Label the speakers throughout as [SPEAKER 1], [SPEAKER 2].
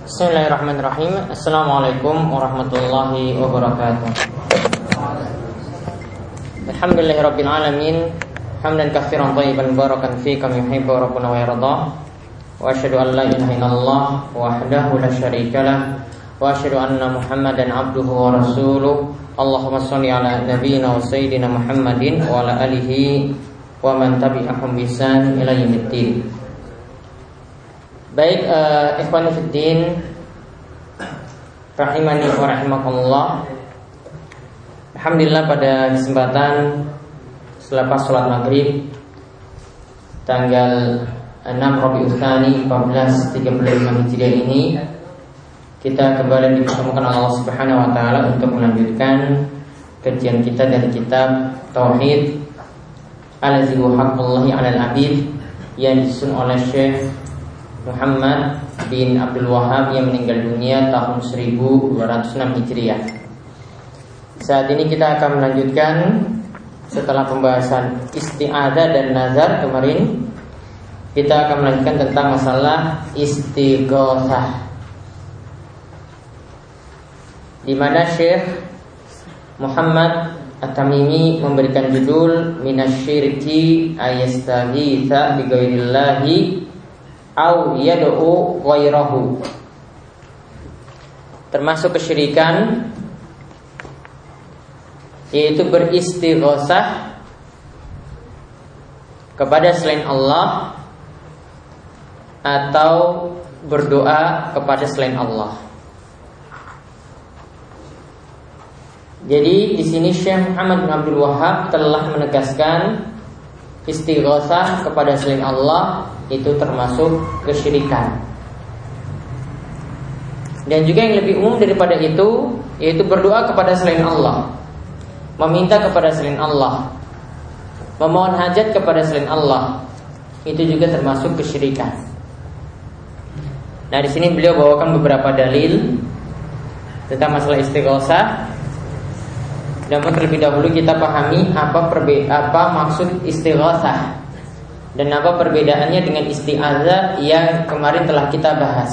[SPEAKER 1] Bismillahirrahmanirrahim. Assalamualaikum warahmatullahi wabarakatuh. Alhamdulillahirabbil alamin. Hamdan katsiran thayyiban mubarakan fihi kama yuhibbu rabbuna wa yarda. Wa asyhadu an la ilaha illallah wahdahu la syarikalah wa asyhadu anna Muhammadan abduhu wa rasuluh. Allahumma shalli ala nabiyyina wa sayyidina Muhammadin wa ala alihi wa man tabi'ahum bi ihsan ila yaumiddin. Baik, ikhwan fiddin rahimani wa rahimakumullah. Alhamdulillah pada kesempatan selepas sholat maghrib tanggal 6 Rabiul Tsani 1435 Hijriah ini, kita kembali dipertemukan Allah Subhanahu wa taala untuk melanjutkan kajian kita dari kitab Tauhid Allazi huwa haqqullahi 'alal 'abid yang disusun oleh Syekh Muhammad bin Abdul Wahhab yang meninggal dunia tahun 1206 Hijriah. Saat ini kita akan melanjutkan setelah pembahasan isti'adzah dan nazar kemarin. Kita akan melanjutkan tentang masalah istighatsah, di mana Syekh Muhammad At-Tamimi memberikan judul minasyirki ayastaghitsa bi ghairillahi au yad'u ghairahu. Termasuk kesyirikan yaitu beristighatsah kepada selain Allah atau berdoa kepada selain Allah. Jadi di sini Syekh Muhammad bin Abdul Wahhab telah menegaskan istighatsah kepada selain Allah itu termasuk kesyirikan. Dan juga yang lebih umum daripada itu, yaitu berdoa kepada selain Allah, meminta kepada selain Allah, memohon hajat kepada selain Allah, itu juga termasuk kesyirikan. Nah, di sini beliau bawakan beberapa dalil tentang masalah istighatsah. Namun terlebih dahulu kita pahami apa maksud istighatsah dan apa perbedaannya dengan isti'adzah yang kemarin telah kita bahas.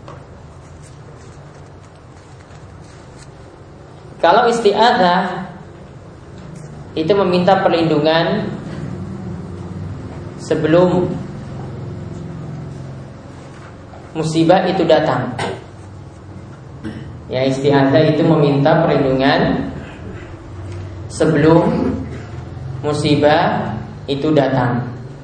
[SPEAKER 1] Kalau isti'adzah itu meminta perlindungan sebelum musibah itu datang. Ya, isti'adzah itu meminta perlindungan sebelum musibah itu datang.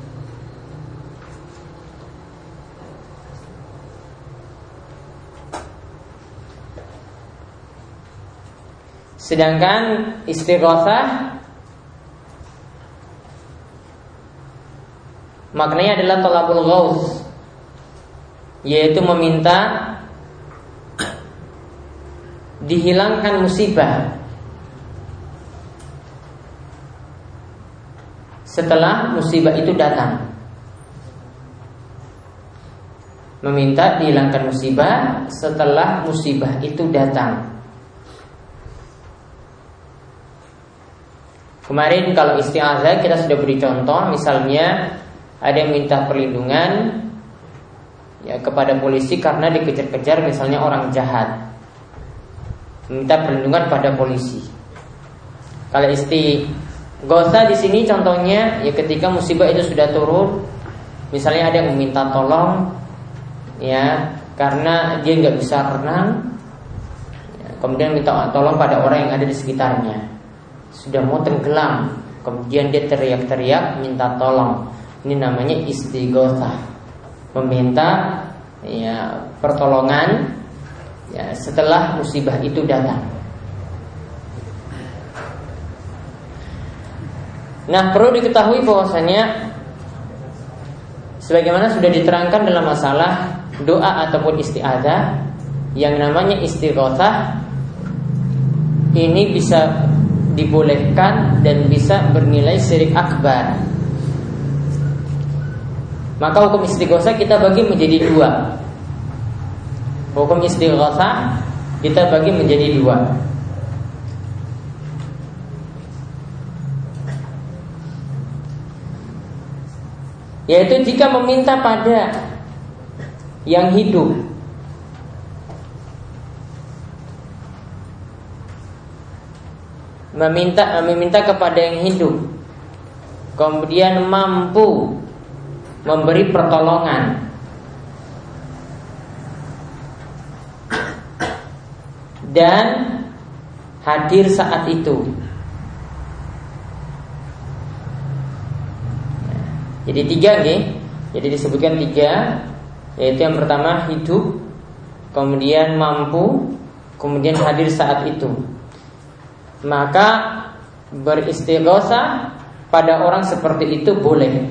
[SPEAKER 1] Sedangkan istighatsah maknanya adalah talabul ghaus, yaitu meminta dihilangkan musibah setelah musibah itu datang. Meminta dihilangkan musibah setelah musibah itu datang. Kemarin kalau isti'adzah kita sudah beri contoh, misalnya ada yang minta perlindungan ya kepada polisi karena dikejar-kejar misalnya orang jahat, minta perlindungan pada polisi. Kalau istighatsah di sini contohnya ya ketika musibah itu sudah turun, misalnya ada yang meminta tolong ya karena dia nggak bisa renang ya, kemudian minta tolong pada orang yang ada di sekitarnya, sudah mau tenggelam, kemudian dia teriak-teriak minta tolong. Ini namanya istighatsah, meminta ya pertolongan ya setelah musibah itu datang. Nah, perlu diketahui bahwasanya sebagaimana sudah diterangkan dalam masalah doa ataupun isti'adzah, yang namanya istighatsah ini bisa dibolehkan dan bisa bernilai syirik akbar. Maka hukum istighatsah kita bagi menjadi dua. Hukum istighatsah kita bagi menjadi dua. Yaitu jika meminta pada yang hidup meminta kepada yang hidup, kemudian mampu memberi pertolongan, dan hadir saat itu. Jadi 3 nih. Jadi disebutkan 3, yaitu yang pertama hidup, kemudian mampu, kemudian hadir saat itu. Maka beristighotsah pada orang seperti itu boleh.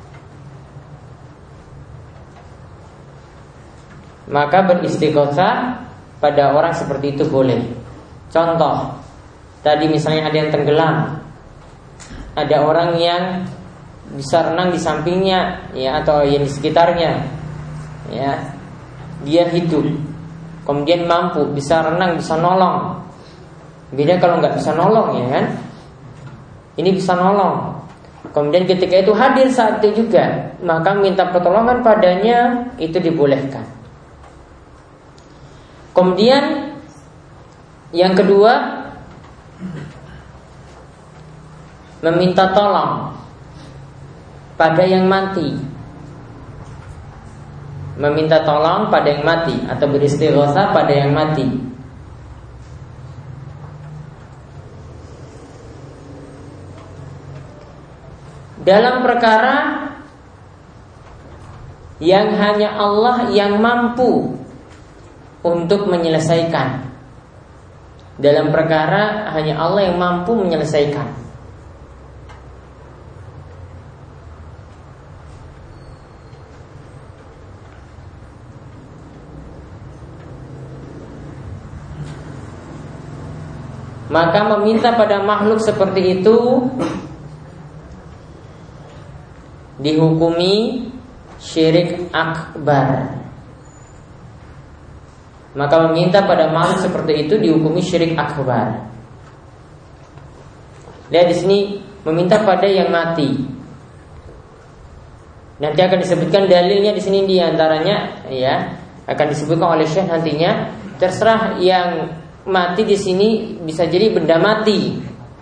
[SPEAKER 1] Maka beristighotsah pada orang seperti itu boleh. Contoh, tadi misalnya ada yang tenggelam, ada orang yang bisa renang di sampingnya, ya, atau yang di sekitarnya, ya, dia hidup, kemudian mampu, bisa renang, bisa nolong. Beda kalau nggak bisa nolong, ya kan? Ini bisa nolong. Kemudian ketika itu hadir saat itu juga, maka minta pertolongan padanya itu dibolehkan. Kemudian yang kedua, meminta tolong pada yang mati. Meminta tolong pada yang mati atau beristighotsah pada yang mati. Dalam perkara yang hanya Allah yang mampu untuk menyelesaikan. Dalam perkara hanya Allah yang mampu menyelesaikan. Maka meminta pada makhluk seperti itu dihukumi syirik akbar. Maka meminta pada makhluk seperti itu dihukumi syirik akbar. Lihat di sini, meminta pada yang mati. Nanti akan disebutkan dalilnya di sini, di antaranya, ya, akan disebutkan oleh Syekh nantinya. Terserah yang mati di sini bisa jadi benda mati,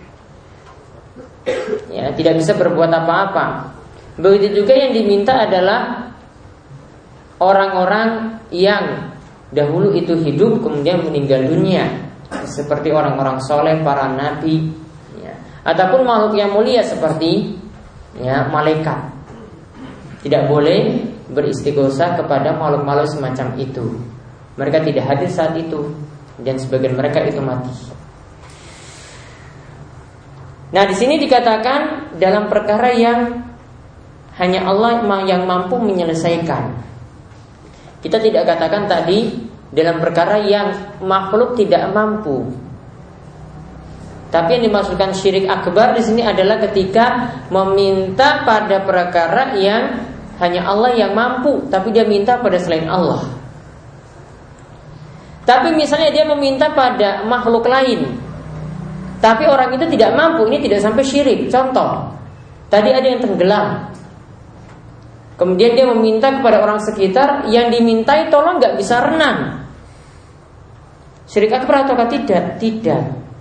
[SPEAKER 1] ya, tidak bisa berbuat apa-apa. Begitu juga yang diminta adalah orang-orang yang dahulu itu hidup kemudian meninggal dunia, seperti orang-orang soleh, para nabi, ya, ataupun makhluk yang mulia seperti, ya, malaikat. Tidak boleh beristighotsah kepada makhluk-makhluk semacam itu. Mereka tidak hadir saat itu, dan sebagian mereka itu mati. Nah, di sini dikatakan dalam perkara yang hanya Allah yang mampu menyelesaikan. Kita tidak katakan tadi dalam perkara yang makhluk tidak mampu. Tapi yang dimaksudkan syirik akbar di sini adalah ketika meminta pada perkara yang hanya Allah yang mampu, tapi dia minta pada selain Allah. Tapi misalnya dia meminta pada makhluk lain, tapi orang itu tidak mampu, ini tidak sampai syirik. Contoh, tadi ada yang tenggelam, kemudian dia meminta kepada orang sekitar, yang dimintai tolong gak bisa renang. Syirik akbar ataukah tidak? Tidak.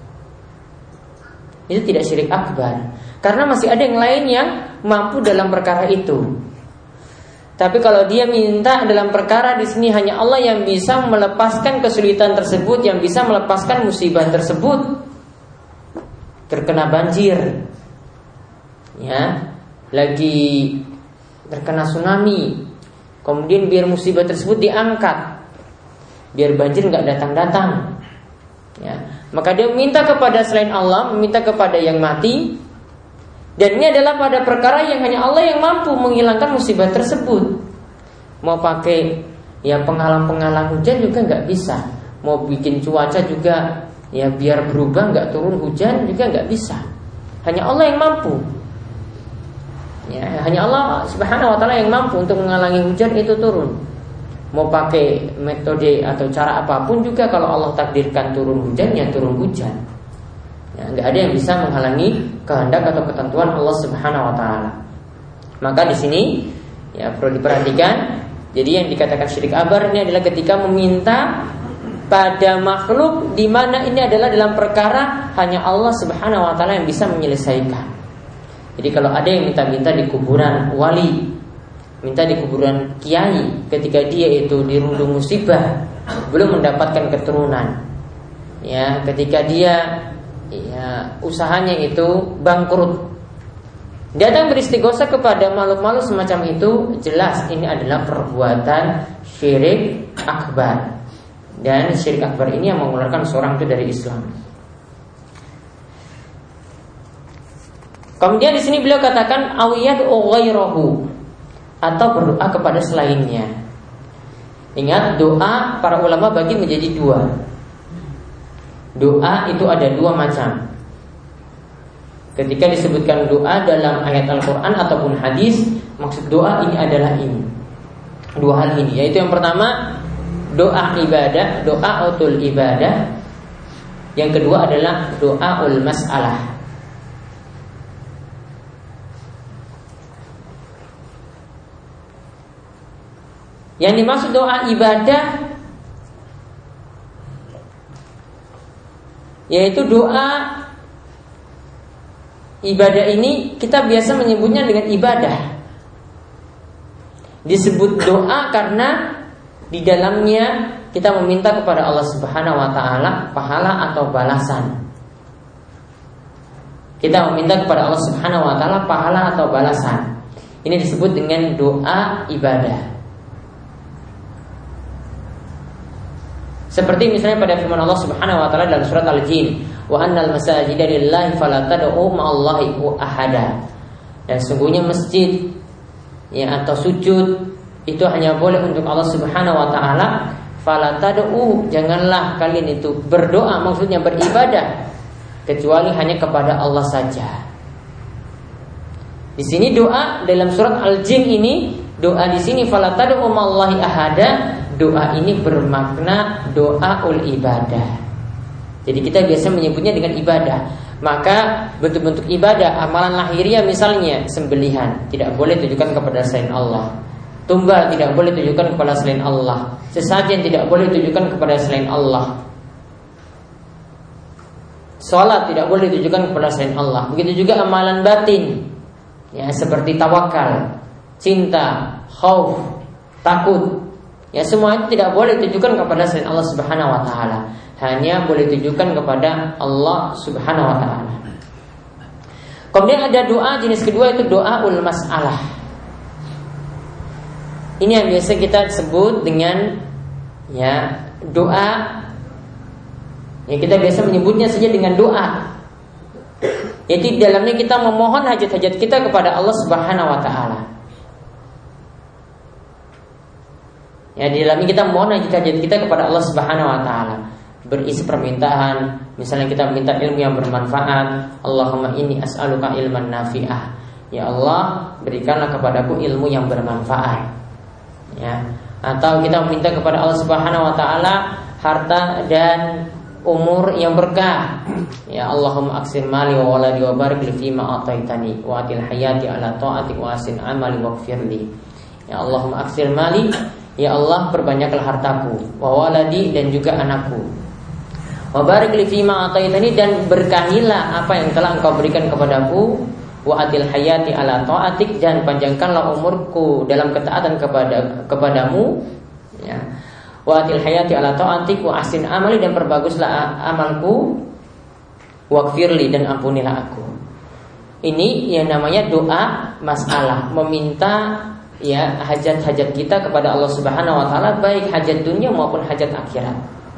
[SPEAKER 1] Itu tidak syirik akbar, karena masih ada yang lain yang mampu dalam perkara itu. Tapi kalau dia minta dalam perkara di sini hanya Allah yang bisa melepaskan kesulitan tersebut, yang bisa melepaskan musibah tersebut. Terkena banjir, ya, lagi terkena tsunami, kemudian biar musibah tersebut diangkat, biar banjir nggak datang-datang, ya, maka dia minta kepada selain Allah, meminta kepada yang mati. Dan ini adalah pada perkara yang hanya Allah yang mampu menghilangkan musibah tersebut. Mau pakai, ya, penghalang-penghalang hujan juga nggak bisa. Mau bikin cuaca juga, ya, biar berubah nggak turun hujan juga nggak bisa. Hanya Allah yang mampu. Ya, hanya Allah Subhanahu Wa Taala yang mampu untuk menghalangi hujan itu turun. Mau pakai metode atau cara apapun juga, kalau Allah takdirkan turun hujan, ya turun hujan. Ya, nggak ada yang bisa menghalangi kehendak atau ketentuan Allah Subhanahu Wa Taala. Maka di sini, ya, perlu diperhatikan. Jadi yang dikatakan syirik akbar ini adalah ketika meminta pada makhluk, di mana ini adalah dalam perkara hanya Allah Subhanahu wa taala yang bisa menyelesaikan. Jadi kalau ada yang minta-minta di kuburan wali, minta di kuburan kiai, ketika dia itu dirundung musibah, belum mendapatkan keturunan, ya, ketika dia usahanya itu bangkrut, datang beristighosa kepada makhluk-makhluk semacam itu, jelas ini adalah perbuatan syirik akbar. Dan syirik akbar ini yang mengeluarkan seorang itu dari Islam. Kemudian di sini beliau katakan awiyad ghairahu, atau berdoa kepada selainnya. Ingat, doa para ulama bagi menjadi dua. Doa itu ada dua macam. Ketika disebutkan doa dalam ayat Al-Quran ataupun hadis, maksud doa ini adalah ini, dua hal ini, yaitu yang pertama doa ibadah, doaul ibadah. Yang kedua adalah doaul mas'alah. Yang dimaksud doa ibadah yaitu doa ibadah ini kita biasa menyebutnya dengan ibadah. Disebut doa karena di dalamnya kita meminta kepada Allah Subhanahu wa taala pahala atau balasan. Kita meminta kepada Allah Subhanahu wa taala pahala atau balasan. Ini disebut dengan doa ibadah. Seperti misalnya pada firman Allah Subhanahu wa taala dalam surat Al-Jin, wa annal masajida lillahi fala tad'u ma'allahi ahada. Dan sungguhnya masjid atau sujud itu hanya boleh untuk Allah Subhanahu wa taala. Fala tad'u, janganlah kalian itu berdoa, maksudnya beribadah, kecuali hanya kepada Allah saja. Di sini doa dalam surat Al-Jin ini, doa di sini fala tad'u ma'allahi ahada, doa ini bermakna doaul ibadah. Jadi kita biasa menyebutnya dengan ibadah. Maka bentuk-bentuk ibadah, amalan lahiriah misalnya sembelihan, tidak boleh ditujukan kepada selain Allah. Tumbal tidak boleh ditujukan kepada selain Allah. Sesajen tidak boleh ditujukan kepada selain Allah. Salat tidak boleh ditujukan kepada selain Allah. Begitu juga amalan batin, seperti tawakal, cinta, khauf, takut. Semua itu tidak boleh ditujukan kepada selain Allah Subhanahu wa taala. Hanya boleh ditujukan kepada Allah Subhanahu wa taala. Kemudian ada doa jenis kedua, itu doaul mas'alah. Ini yang biasa kita sebut dengan doa. Kita biasa menyebutnya saja dengan doa. Yaitu di dalamnya kita memohon hajat-hajat kita kepada Allah Subhanahu wa taala. Di dalamnya kita mohon hajat-hajat kita kepada Allah Subhanahu wa taala. Berisi permintaan, misalnya kita minta ilmu yang bermanfaat. Allahumma inni as'aluka ilman nafi'ah. Ya Allah, berikanlah kepadaku ilmu yang bermanfaat. Atau kita minta kepada Allah Subhanahu wa taala harta dan umur yang berkah. Ya Allahumma aksir mali wa waladi wa barik li fima ataitani wa atil hayati ala ta'atik wa asin amali waghfirli. Ya Allahumma aksir mali, ya Allah perbanyaklah hartaku, wa waladi dan juga anakku, wa barik li fima ataitani dan berkahilah apa yang telah Engkau berikan kepadaku, wa atil hayati ala ta'atik dan panjangkanlah umurku dalam ketaatan kepadamu, wa atil hayati ala ta'atik wa asin amali dan perbaguslah amalku, waghfirli dan ampunilah aku. Ini yang namanya doa masalah, meminta hajat-hajat kita kepada Allah Subhanahu wa taala, baik hajat dunia maupun hajat akhirat.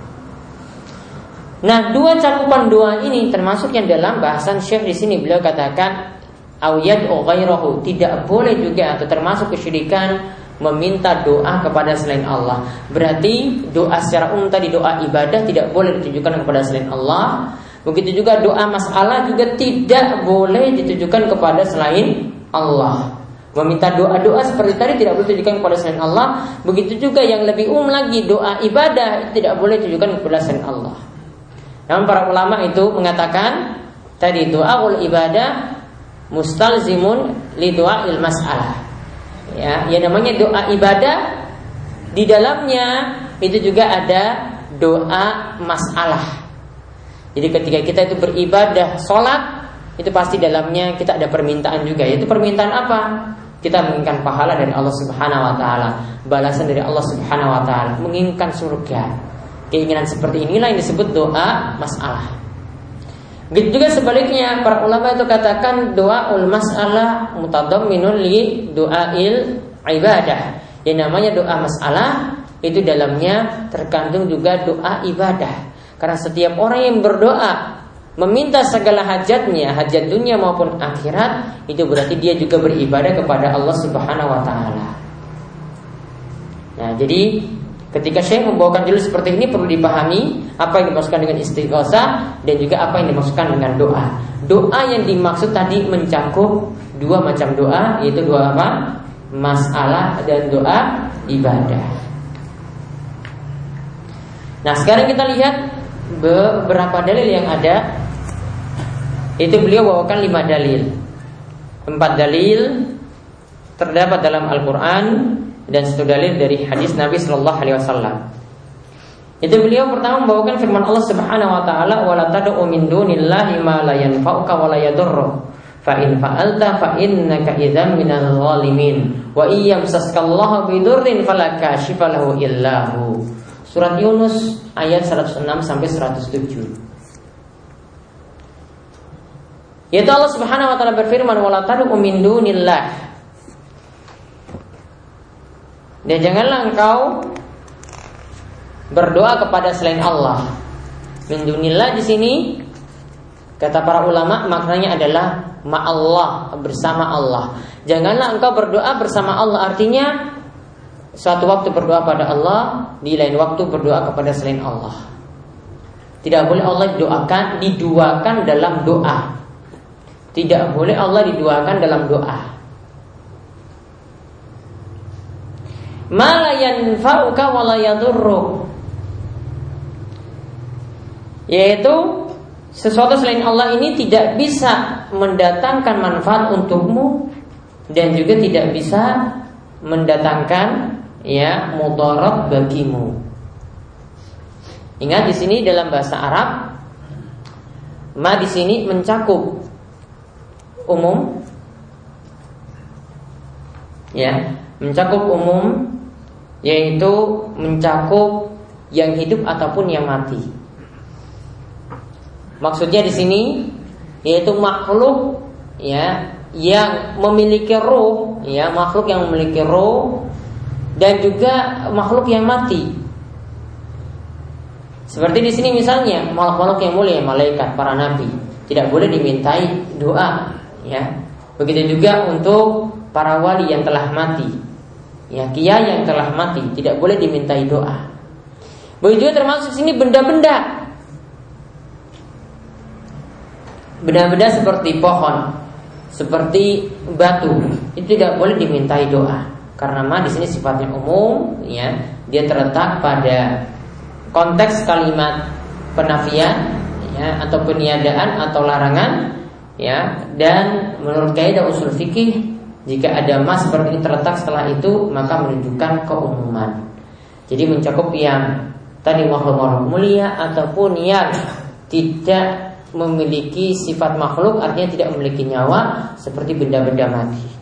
[SPEAKER 1] Nah, dua cakupan doa ini termasuk yang dalam bahasan Syekh di sini beliau katakan awiyad ghairahu, tidak boleh juga atau termasuk kesyirikan meminta doa kepada selain Allah. Berarti doa secara umum tadi doa ibadah tidak boleh ditujukan kepada selain Allah. Begitu juga doa masalah juga tidak boleh ditujukan kepada selain Allah. Meminta doa-doa seperti tadi tidak boleh ditujukan kepada selain Allah. Begitu juga yang lebih umum lagi doa ibadah tidak boleh ditujukan kepada selain Allah. Namun para ulama itu mengatakan tadi doaul ibadah mustalzimun li doail mas'alah. Yang namanya doa ibadah di dalamnya itu juga ada doa masalah. Jadi ketika kita itu beribadah, sholat, itu pasti dalamnya kita ada permintaan juga. Yaitu permintaan apa? Kita menginginkan pahala dari Allah Subhanahu wa taala, balasan dari Allah Subhanahu wa taala, menginginkan surga. Keinginan seperti inilah yang disebut doa masalah. Begitu juga sebaliknya, para ulama itu katakan doaul masalah mutadamminun li doail ibadah. Yang namanya doa masalah itu dalamnya terkandung juga doa ibadah. Karena setiap orang yang berdoa meminta segala hajatnya, hajat dunia maupun akhirat, itu berarti dia juga beribadah kepada Allah Subhanahu wa taala. Nah, jadi ketika Syekh membawakan judul seperti ini perlu dipahami apa yang dimaksudkan dengan istighosah dan juga apa yang dimaksudkan dengan doa. Doa yang dimaksud tadi mencakup dua macam doa, yaitu doa apa? Masalah dan doa ibadah. Nah, sekarang kita lihat beberapa dalil yang ada. Itu beliau bawakan 5 dalil. 4 dalil terdapat dalam Al-Quran dan 1 dalil dari hadis Nabi Sallallahu Alaihi Wasallam. Itu beliau pertama membawakan firman Allah Subhanahu Wa Taala, "Wala tad'u min dunillahi ma la yanfa'uka wa la yadurruk, fa in fa'alta fa innaka idzan minal zalimin, wa iyyamsaskallahu bidurrin fala kashifa lahu illa hu." Surat Yunus ayat 106 sampai 107. Yaitu Allah Subhanahu wa taala berfirman, "Wala tad'u min dunillah." Dan janganlah engkau berdoa kepada selain Allah. Min dunillah di sini kata para ulama maknanya adalah ma'allah, bersama Allah. Janganlah engkau berdoa bersama Allah, artinya suatu waktu berdoa pada Allah, di lain waktu berdoa kepada selain Allah. Tidak boleh Allah diduakan dalam doa. Tidak boleh Allah diduakan dalam doa. Ma la yanfa'uka wa la yadurruk, yaitu sesuatu selain Allah ini tidak bisa mendatangkan manfaat untukmu dan juga tidak bisa mendatangkan mudarat bagimu. Ingat di sini dalam bahasa Arab, ma di sini mencakup umum, mencakup umum, yaitu mencakup yang hidup ataupun yang mati. Maksudnya di sini yaitu makhluk yang memiliki roh, makhluk yang memiliki roh dan juga makhluk yang mati. Seperti di sini misalnya makhluk-makhluk yang mulia, malaikat, para nabi, tidak boleh dimintai doa, Begitu juga untuk para wali yang telah mati, kiai yang telah mati, tidak boleh dimintai doa. Begitu juga termasuk sini benda-benda. Benda-benda seperti pohon, seperti batu, itu tidak boleh dimintai doa. Karena ma di sini sifatnya umum, dia terletak pada konteks kalimat penafian, atau peniadaan atau larangan, dan menurut kaidah usul fikih, jika ada ma seperti ini terletak setelah itu, maka menunjukkan keumuman. Jadi mencakup yang tadi makhluk-makhluk mulia ataupun yang tidak memiliki sifat makhluk, artinya tidak memiliki nyawa, seperti benda-benda mati.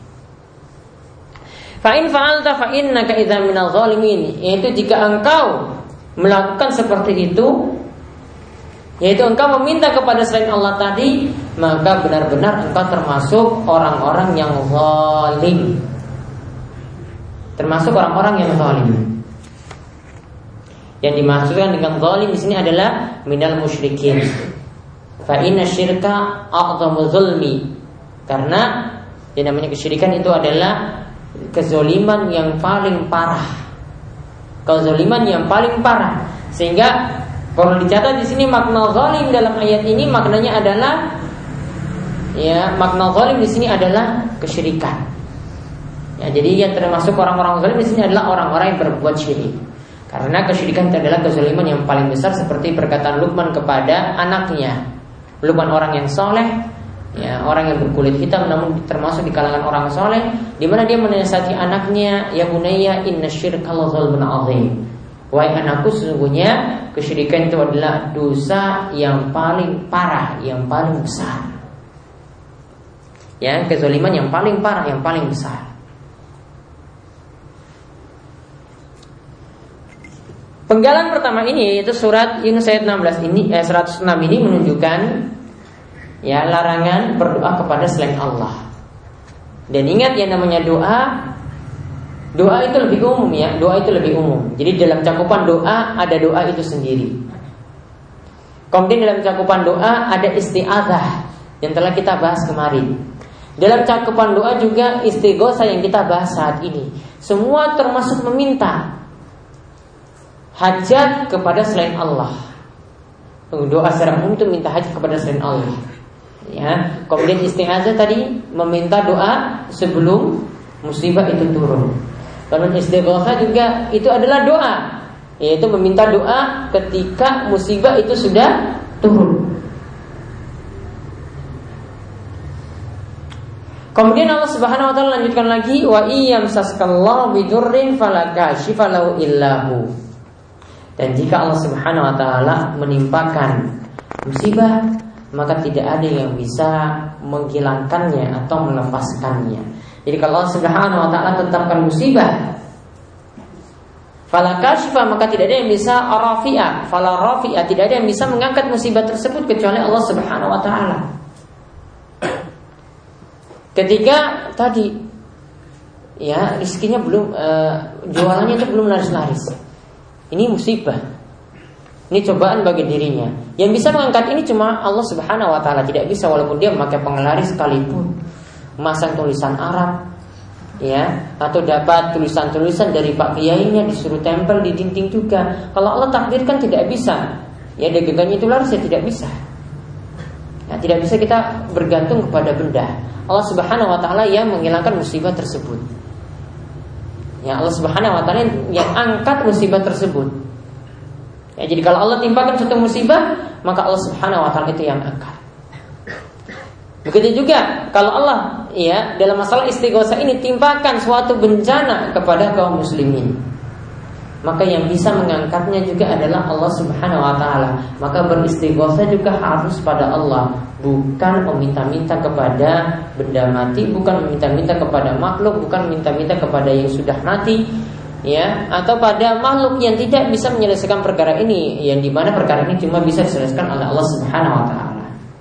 [SPEAKER 1] Fa in fa'alta fa innaka idzan minal zalimin, yaitu jika engkau melakukan seperti itu, yaitu engkau meminta kepada selain Allah tadi, maka benar-benar engkau termasuk orang-orang yang zalim. Termasuk orang-orang yang zalim. Yang dimaksudkan dengan zalim di sini adalah minal musyrikin. Fa inna syirka a'dhamu zulmi. Karena yang namanya kesyirikan itu adalah kezaliman yang paling parah. Kezaliman yang paling parah. Sehingga perlu dicatat di sini makna zalim dalam ayat ini maknanya adalah makna zalim di sini adalah kesyirikan. Jadi yang termasuk orang-orang zalim di sini adalah orang-orang yang berbuat syirik. Karena kesyirikan itu adalah kezaliman yang paling besar, seperti perkataan Luqman kepada anaknya. Luqman orang yang soleh, orang yang berkulit hitam namun termasuk di kalangan orang soleh, di mana dia menasihati anaknya, ya bunayya innasyirka la dzulmun adzim. Wahai anakku, sesungguhnya kesyirikan itu adalah dosa yang paling parah, yang paling besar. Ya, kezaliman yang paling parah, yang paling besar. Penggalan pertama ini yaitu surat Yunus ayat 16 ini 106 ini menunjukkan ya larangan berdoa kepada selain Allah. Dan ingat yang namanya doa itu lebih umum ya, doa itu lebih umum. Jadi dalam cakupan doa ada doa itu sendiri. Kemudian dalam cakupan doa ada isti'adzah yang telah kita bahas kemarin. Dalam cakupan doa juga istighosah yang kita bahas saat ini. Semua termasuk meminta hajat kepada selain Allah. Doa secara umum itu minta hajat kepada selain Allah. Ya, kemudian isti'adzah tadi meminta doa sebelum musibah itu turun. Lalu istighosah juga itu adalah doa, yaitu meminta doa ketika musibah itu sudah turun. Kemudian Allah Subhanahu wa taala lanjutkan lagi, wa iyyamsaskallahu bidurrin fala kashifa lahu illahu. Dan jika Allah Subhanahu wa taala menimpakan musibah, maka tidak ada yang bisa menghilangkannya atau melepaskannya. Jadi kalau Allah Subhanahu wa taala tetapkan musibah, fala kashifa, maka tidak ada yang bisa rafi'a, fala rafi'a, tidak ada yang bisa mengangkat musibah tersebut kecuali Allah Subhanahu wa taala. Ketika tadi ya rezekinya belum jualannya itu belum laris-laris. Ini musibah. Ini cobaan bagi dirinya. Yang bisa mengangkat ini cuma Allah Subhanahu wa taala, tidak bisa walaupun dia memakai penglaris sekalipun. Masang tulisan Arab ya, atau dapat tulisan-tulisan dari Pak Kiainya disuruh tempel di dinding juga. Kalau Allah takdirkan tidak bisa, ya dagangannya itu laris ya tidak bisa. Ya, tidak bisa kita bergantung kepada benda. Allah Subhanahu wa taala yang menghilangkan musibah tersebut. Ya, Allah Subhanahu wa taala yang angkat musibah tersebut. Ya, jadi kalau Allah timpakan suatu musibah, maka Allah Subhanahu wa taala itu yang angkat. Begitu juga kalau Allah ya dalam masalah istighosah ini timpakan suatu bencana kepada kaum muslimin, maka yang bisa mengangkatnya juga adalah Allah Subhanahu wa taala. Maka beristighosah juga harus pada Allah, bukan meminta-minta kepada benda mati, bukan meminta-minta kepada makhluk, bukan meminta-minta kepada yang sudah mati ya, atau pada makhluk yang tidak bisa menyelesaikan perkara ini, yang dimana perkara ini cuma bisa diselesaikan oleh Allah Subhanahu wa taala.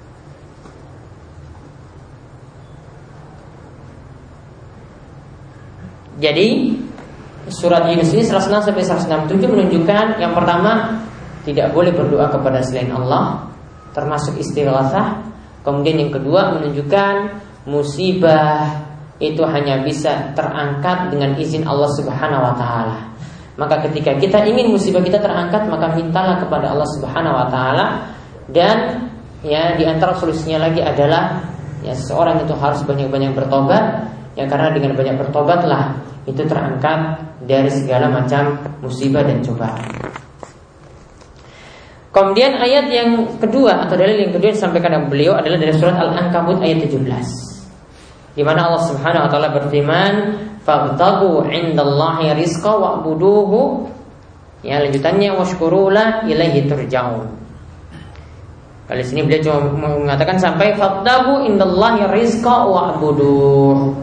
[SPEAKER 1] Jadi surat Yunus ini 106 sampai 167 menunjukkan yang pertama tidak boleh berdoa kepada selain Allah, termasuk istighosah. Kemudian yang kedua menunjukkan musibah itu hanya bisa terangkat dengan izin Allah Subhanahu wa taala. Maka ketika kita ingin musibah kita terangkat, maka mintalah kepada Allah Subhanahu wa taala. Dan ya di antara solusinya lagi adalah ya seseorang itu harus banyak-banyak bertobat. Ya karena dengan banyak bertobatlah itu terangkat dari segala macam musibah dan cobaan. Kemudian ayat yang kedua atau dalil yang kedua yang disampaikan oleh beliau adalah dari surat Al-Ankabut ayat 17, di mana Allah Subhanahu wa taala berfirman, "Fabtaghu 'indallahi rizqa wa'buduhu." Ya, lanjutannya washkurulah ilaihi turja'un. Kali sini beliau cuma mengatakan sampai fabtaghu 'indallahi rizqa wa'buduhu.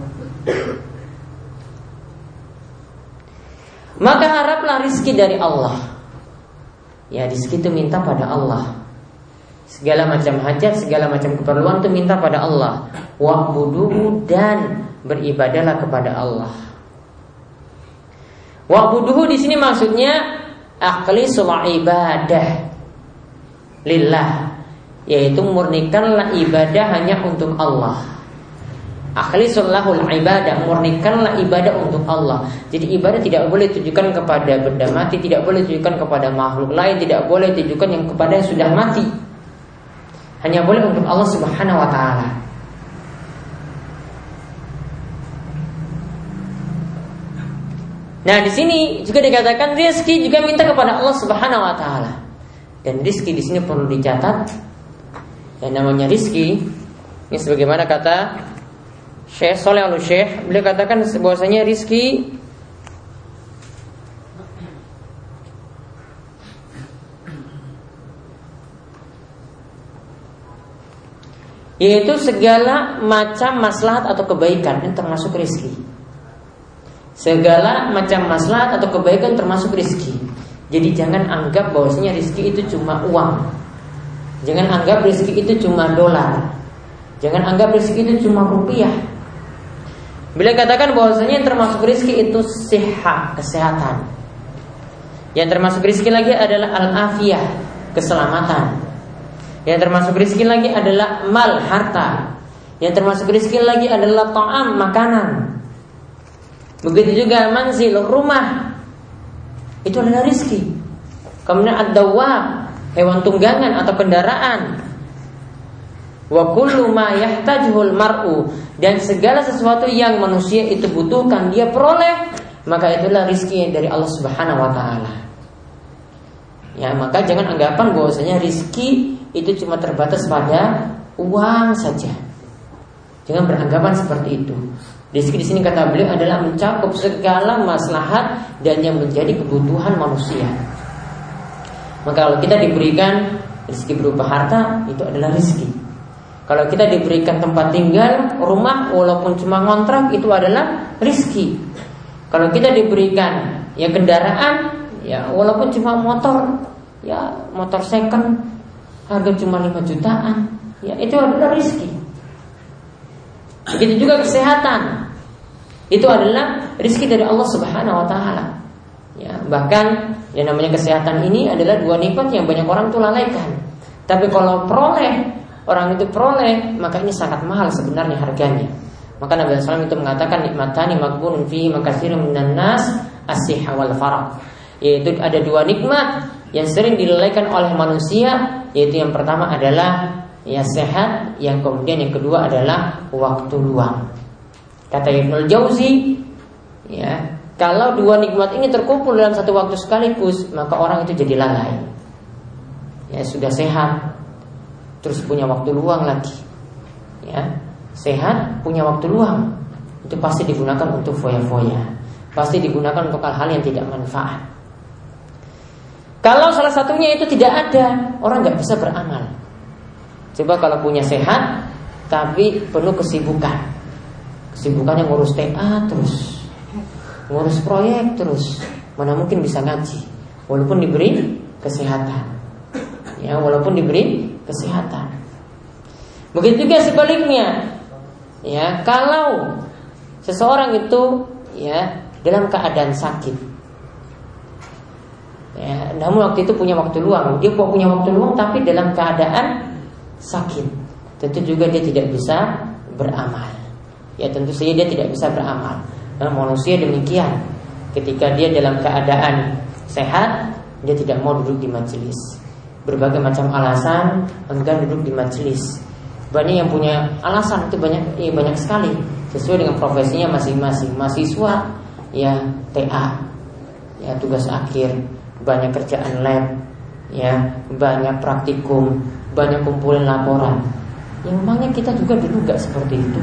[SPEAKER 1] Maka haraplah rizki dari Allah. Ya, rizki itu minta pada Allah. Segala macam hajat, segala macam keperluan itu minta pada Allah. Wa'buduhu, dan beribadahlah kepada Allah. Wa'buduhu di sini maksudnya akhlisul ibadah lillah, yaitu murnikanlah ibadah hanya untuk Allah. Akhlisul lahul ibadah, murnikanlah ibadah untuk Allah. Jadi ibadah tidak boleh ditujukan kepada benda mati, tidak boleh ditujukan kepada makhluk lain, tidak boleh ditujukan yang kepada yang sudah mati. Hanya boleh untuk Allah Subhanahu wa taala. Nah, di sini juga dikatakan rezeki juga minta kepada Allah Subhanahu wa taala. Dan rezeki di sini perlu dicatat. Yang namanya rezeki ini sebagaimana kata Syekh Shalih Al-Syekh, beliau katakan bahwasanya rizki yaitu segala macam maslahat atau kebaikan yang termasuk rezeki. Segala macam maslahat atau kebaikan termasuk rezeki. Jadi jangan anggap bahwasanya rezeki itu cuma uang. Jangan anggap rezeki itu cuma dolar. Jangan anggap rezeki itu cuma rupiah. Bila katakan bahwasanya yang termasuk rezeki itu sehat, kesehatan. Yang termasuk rezeki lagi adalah al-afiyah, keselamatan. Yang termasuk rezeki lagi adalah mal, harta. Yang termasuk rezeki lagi adalah ta'am, makanan. Begitu juga manzil, rumah. Itu adalah rezeki. Kemudian ad-dawab, hewan tunggangan atau kendaraan. Wa kullu ma yahtajuhul mar'u, dan segala sesuatu yang manusia itu butuhkan dia peroleh, maka itulah rezeki dari Allah Subhanahu wa taala. Ya, maka jangan anggapan bahwasanya rezeki itu cuma terbatas pada uang saja. Jangan beranggapan seperti itu. Rezeki di sini kata beliau adalah mencakup segala maslahat dan yang menjadi kebutuhan manusia. Maka kalau kita diberikan rezeki berupa harta, itu adalah rezeki. Kalau kita diberikan tempat tinggal, rumah walaupun cuma ngontrak, itu adalah rezeki. Kalau kita diberikan ya kendaraan, ya walaupun cuma motor, ya motor second, harga cuma 5 jutaan, ya itu adalah rezeki. Begitu juga kesehatan, itu adalah rezeki dari Allah Subhanahu wa taala. Ya, bahkan yang namanya kesehatan ini adalah 2 nikmat yang banyak orang itu lalaikan. Tapi kalau orang itu peroleh, maka ini sangat mahal sebenarnya harganya. Maka Nabi SAW itu mengatakan nikmatani maghbunun fihi makatsirun minan nas as-sihha wal faragh. Yaitu ada 2 nikmat yang sering dilalaikan oleh manusia, yaitu yang pertama adalah ya sehat, yang kemudian yang kedua adalah waktu luang. Kata Ibnul Jauzi, ya, kalau 2 nikmat ini terkumpul dalam satu waktu sekaligus, maka orang itu jadi lalai. Ya, sudah sehat, terus punya waktu luang lagi. Ya, sehat, punya waktu luang, itu pasti digunakan untuk foya-foya, pasti digunakan untuk hal-hal yang tidak manfaat. Kalau salah satunya itu tidak ada, orang nggak bisa beramal. Coba kalau punya sehat, tapi penuh kesibukannya ngurus TA terus, ngurus proyek terus, mana mungkin bisa ngaji, walaupun diberi kesehatan. Ya, walaupun diberi kesehatan. Begitu juga sebaliknya. Ya, kalau seseorang itu ya dalam keadaan sakit, ya, namun waktu itu punya waktu luang, dia kok punya waktu luang tapi dalam keadaan sakit, tentu juga dia tidak bisa beramal. Ya, tentu saja dia tidak bisa beramal. Karena manusia demikian, ketika dia dalam keadaan sehat, dia tidak mau duduk di majelis. Berbagai macam alasan enggan duduk di majelis. Banyak yang punya alasan itu banyak sekali sesuai dengan profesinya masing-masing. Mahasiswa ya TA, ya tugas akhir, banyak kerjaan lab, ya banyak praktikum, banyak kumpulin laporan. Yang memangnya kita juga dulu gak seperti itu.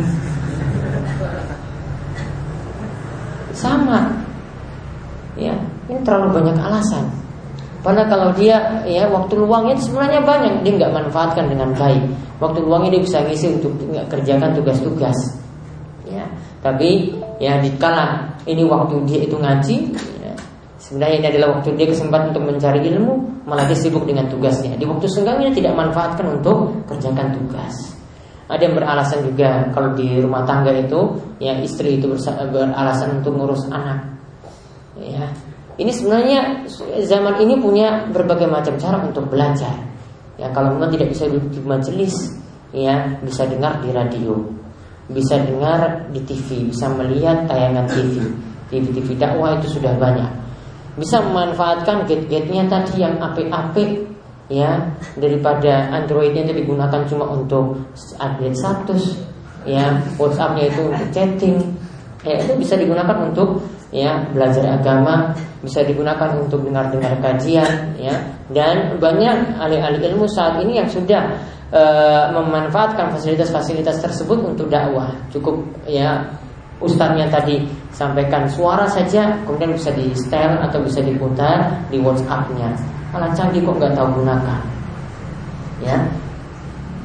[SPEAKER 1] Sama. Ya, ini terlalu banyak alasan. Padahal kalau dia ya waktu luangnya sebenarnya banyak, dia nggak manfaatkan dengan baik. Waktu luangnya dia bisa ngisi untuk kerjakan tugas-tugas. Ya, tapi ya dikala ini waktu dia itu ngaji, ya, sebenarnya ini adalah waktu dia kesempatan untuk mencari ilmu, malah dia sibuk dengan tugasnya. Di waktu senggangnya tidak manfaatkan untuk kerjakan tugas. Ada yang beralasan juga kalau di rumah tangga itu, ya istri itu beralasan untuk ngurus anak. Ya. Ini sebenarnya zaman ini punya berbagai macam cara untuk belajar. Ya, kalau memang tidak bisa duduk di majelis, ya bisa dengar di radio, bisa dengar di TV, bisa melihat tayangan TV dakwah itu sudah banyak. Bisa memanfaatkan gadgetnya tadi yang apik-apik, ya daripada Androidnya itu digunakan cuma untuk update status, ya WhatsAppnya itu untuk chatting, ya itu bisa digunakan untuk ya belajar agama, bisa digunakan untuk dengar kajian, ya dan banyak ahli-ahli ilmu saat ini yang sudah memanfaatkan fasilitas-fasilitas tersebut untuk dakwah. Cukup ya ustadznya tadi sampaikan suara saja, kemudian bisa di setel atau bisa diputar di WhatsApp-nya. Malah canggih kok nggak tahu gunakan, ya.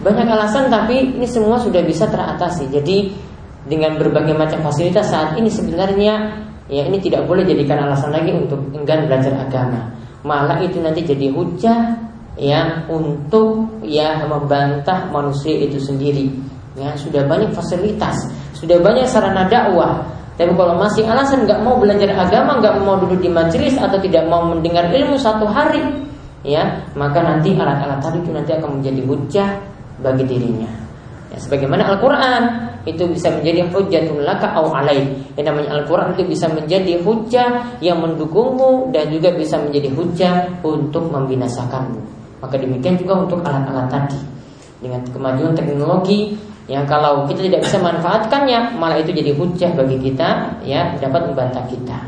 [SPEAKER 1] banyak alasan, tapi ini semua sudah bisa teratasi. Jadi dengan berbagai macam fasilitas saat ini sebenarnya ya ini tidak boleh jadikan alasan lagi untuk enggan belajar agama. Malah itu nanti jadi hujah ya untuk ya membantah manusia itu sendiri. Ya sudah banyak fasilitas, sudah banyak sarana dakwah, tapi kalau masih alasan nggak mau belajar agama, nggak mau duduk di majelis atau tidak mau mendengar ilmu satu hari, ya maka nanti alat-alat tadi itu nanti akan menjadi hujah bagi dirinya. Ya, sebagaimana Al-Quran itu bisa menjadi hujjatul laka au alaik. Yang namanya Al-Quran itu bisa menjadi hujjah yang mendukungmu dan juga bisa menjadi hujjah untuk membinasakanmu. Maka demikian juga untuk alat-alat tadi. Dengan kemajuan teknologi yang kalau kita tidak bisa manfaatkannya, malah itu jadi hujjah bagi kita, ya dapat membantah kita.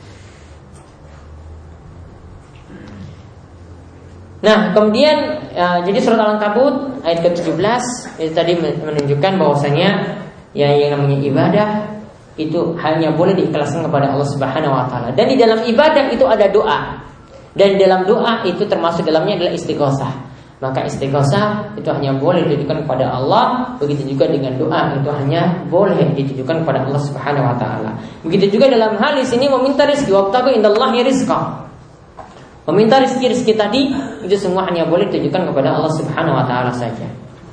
[SPEAKER 1] Nah, kemudian jadi surat Al-Ankabut ayat ke-17 itu tadi menunjukkan bahwasanya ya yang namanya ibadah itu hanya boleh diikhlaskan kepada Allah Subhanahu wa taala. Dan di dalam ibadah itu ada doa. Dan di dalam doa itu termasuk dalamnya adalah istighosah. Maka istighosah itu hanya boleh ditujukan kepada Allah, begitu juga dengan doa itu hanya boleh ditujukan kepada Allah Subhanahu wa taala. Begitu juga dalam hal di sini meminta rezeki, wabtaghu indallahi rizqa. Meminta rezeki tadi itu semua hanya boleh ditujukan kepada Allah Subhanahu wa taala saja.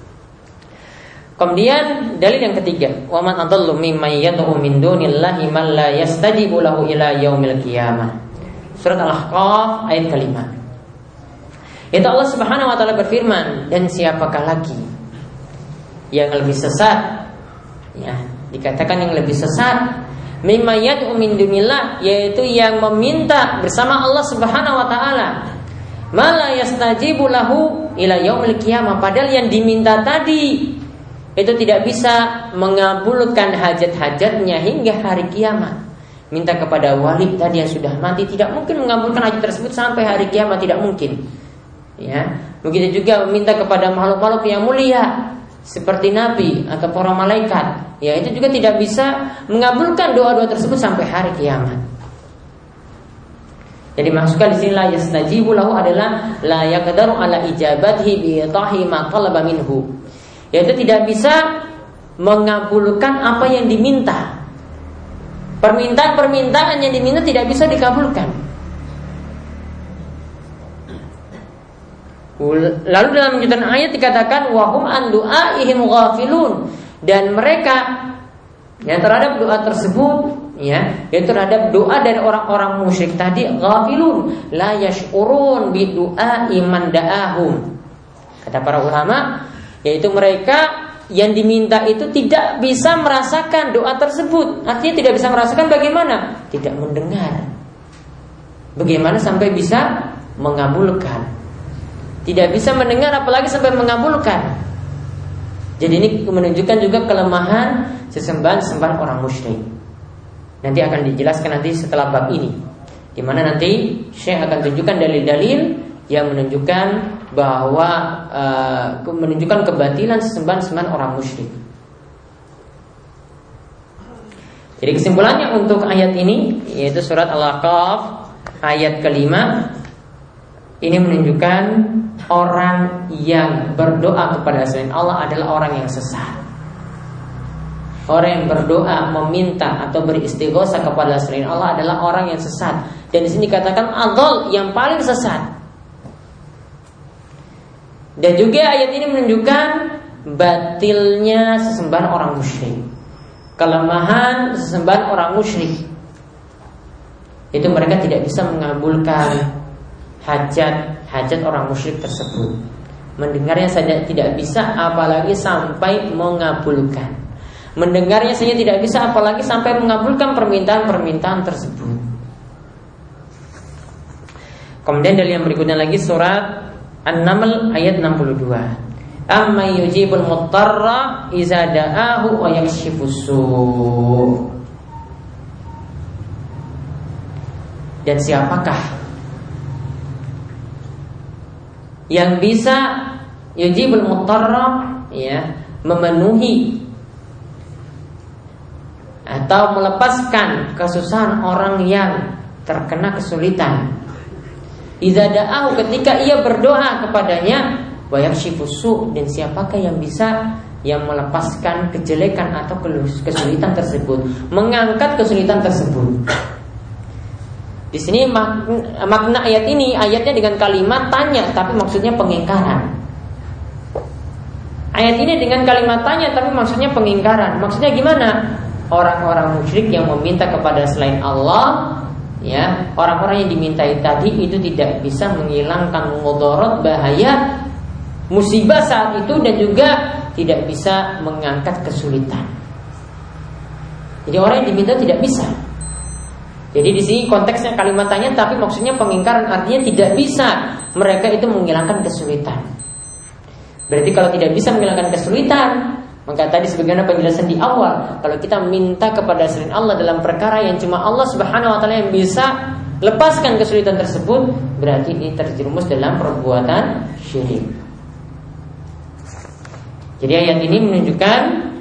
[SPEAKER 1] Kemudian dalil yang ketiga, wa man adallu mimman yad'u min dunillahi man la yastajibu lahu ila yaumil qiyamah. Surat Al-Ahqaf ayat ke-5. Itu Allah Subhanahu wa taala berfirman, dan siapakah lagi yang lebih sesat? Ya, dikatakan yang lebih sesat mimma yad'u min dunillah, yaitu yang meminta bersama Allah Subhanahu wa taala ma la yastajibu lahu ila yaumil qiyamah, padahal yang diminta tadi itu tidak bisa mengabulkan hajat-hajatnya hingga hari kiamat. Minta kepada wali tadi yang sudah mati tidak mungkin mengabulkan hajat tersebut sampai hari kiamat, tidak mungkin. Ya, begitu juga meminta kepada makhluk-makhluk yang mulia seperti nabi atau para malaikat, ya itu juga tidak bisa mengabulkan doa-doa tersebut sampai hari kiamat. Jadi maksudkan di sini la yastajibu lahu adalah la yaqdaru ala ijabatihi bi itahi ma talaba minhu, yaitu tidak bisa mengabulkan apa yang diminta. Permintaan-permintaan yang diminta tidak bisa dikabulkan. Lalu dalam lanjutan ayat dikatakan wahum an du'aihim ghafilun, dan mereka yang terhadap doa tersebut ya, yaitu terhadap doa dari orang-orang musyrik tadi ghafilun, la yash'urun bi du'ai man da'ahum. Kata para ulama, yaitu mereka yang diminta itu tidak bisa merasakan doa tersebut. Artinya tidak bisa merasakan bagaimana? Tidak mendengar. Bagaimana sampai bisa mengabulkan? Tidak bisa mendengar apalagi sampai mengabulkan. Jadi ini menunjukkan juga kelemahan sesembahan-sembahan orang musyrik. Nanti akan dijelaskan nanti setelah bab ini, di mana nanti Syekh akan tunjukkan dalil-dalil yang menunjukkan bahwa menunjukkan kebatilan sesembahan-sembahan orang musyrik. Jadi kesimpulannya untuk ayat ini, yaitu surat Al-Ahqaf ayat ke-5, ini menunjukkan orang yang berdoa kepada selain Allah adalah orang yang sesat. Orang yang berdoa, meminta atau beristighosah kepada selain Allah adalah orang yang sesat. Dan di sini dikatakan adol, yang paling sesat. Dan juga ayat ini menunjukkan batilnya sesembahan orang musyrik, kelemahan sesembahan orang musyrik. Itu mereka tidak bisa mengabulkan hajat orang musyrik tersebut. Mendengarnya saja tidak bisa, apalagi sampai mengabulkan. Mendengarnya saja tidak bisa, apalagi sampai mengabulkan permintaan-permintaan tersebut. Kemudian dari yang berikutnya lagi surat An-Naml ayat 62. Amma yujibul muttarra iza da'ahu wa yakshifus su'. Dan siapakah yang bisa yujibul muttarra, ya, memenuhi atau melepaskan kesusahan orang yang terkena kesulitan. Iza da'ahu, ketika ia berdoa kepadanya, wa yakshifu su', dan siapakah yang bisa yang melepaskan kejelekan atau kesulitan tersebut, mengangkat kesulitan tersebut. Di sini makna ayat ini, ayatnya dengan kalimat tanya tapi maksudnya pengingkaran. Ayat ini dengan kalimat tanya tapi maksudnya pengingkaran. Maksudnya gimana? Orang-orang musyrik yang meminta kepada selain Allah, ya, orang-orang yang dimintai tadi itu tidak bisa menghilangkan mudarat, bahaya, musibah saat itu, dan juga tidak bisa mengangkat kesulitan. Jadi orang yang diminta tidak bisa. Jadi di sini konteksnya kalimat tanya tapi maksudnya pengingkaran, artinya tidak bisa mereka itu menghilangkan kesulitan. Berarti kalau tidak bisa menghilangkan kesulitan, maka tadi sebagaimana penjelasan di awal, kalau kita minta kepada selain Allah dalam perkara yang cuma Allah Subhanahu wa taala yang bisa lepaskan kesulitan tersebut, berarti ini terjerumus dalam perbuatan syirik. Jadi ayat ini menunjukkan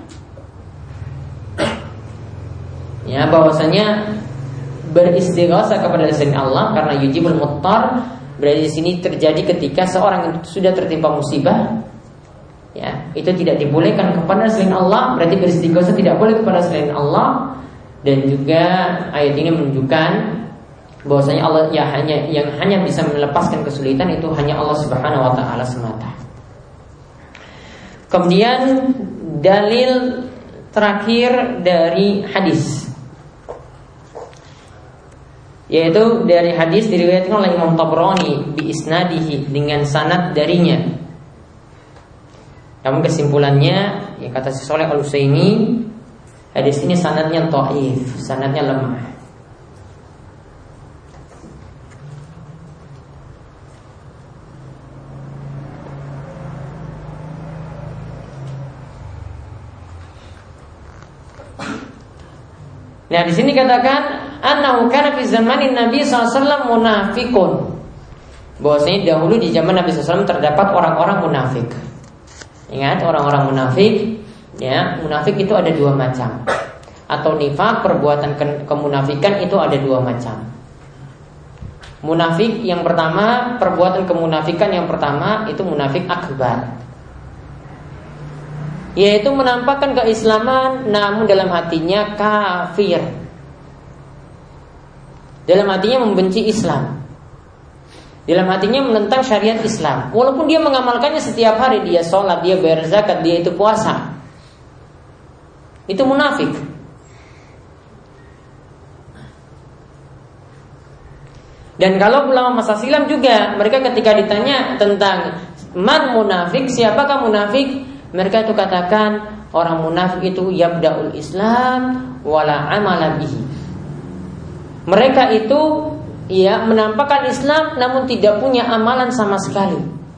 [SPEAKER 1] ya bahwasanya beristighatsah kepada selain Allah karena yujibul muttar, berarti di sini terjadi ketika seorang itu sudah tertimpa musibah, ya, itu tidak dibolehkan kepada selain Allah, berarti beristighatsah tidak boleh kepada selain Allah. Dan juga ayat ini menunjukkan bahwasanya Allah yang hanya bisa melepaskan kesulitan itu hanya Allah Subhanahu wa taala semata. Kemudian dalil terakhir dari hadis, yaitu dari hadis diriwayatkan oleh Imam Tabrani bi isnadihi, dengan sanad darinya. Namun kesimpulannya, ya kata Syekh Shalih Al-Utsaimin, hadis ini sanadnya dhaif, sanadnya lemah. Nah, di sini katakan annahu kana fi zamanin Nabi SAW munafiqun, bahwasanya dahulu di zaman Nabi SAW terdapat orang-orang munafik. Ingat, orang-orang munafik, ya, munafik itu ada dua macam. Atau nifak, perbuatan kemunafikan itu ada dua macam. Munafik yang pertama, perbuatan kemunafikan yang pertama itu munafik akbar, yaitu menampakkan keislaman namun dalam hatinya kafir, dalam hatinya membenci Islam, dalam hatinya menentang syariat Islam, walaupun dia mengamalkannya setiap hari, dia sholat, dia bayar zakat, dia itu puasa. Itu munafik. Dan kalau ulama masa silam juga, mereka ketika ditanya tentang man munafik, siapakah munafik, mereka itu katakan orang munafik itu yabda'ul Islam wala amala bihi. Mereka itu ya menampakkan Islam namun tidak punya amalan sama sekali.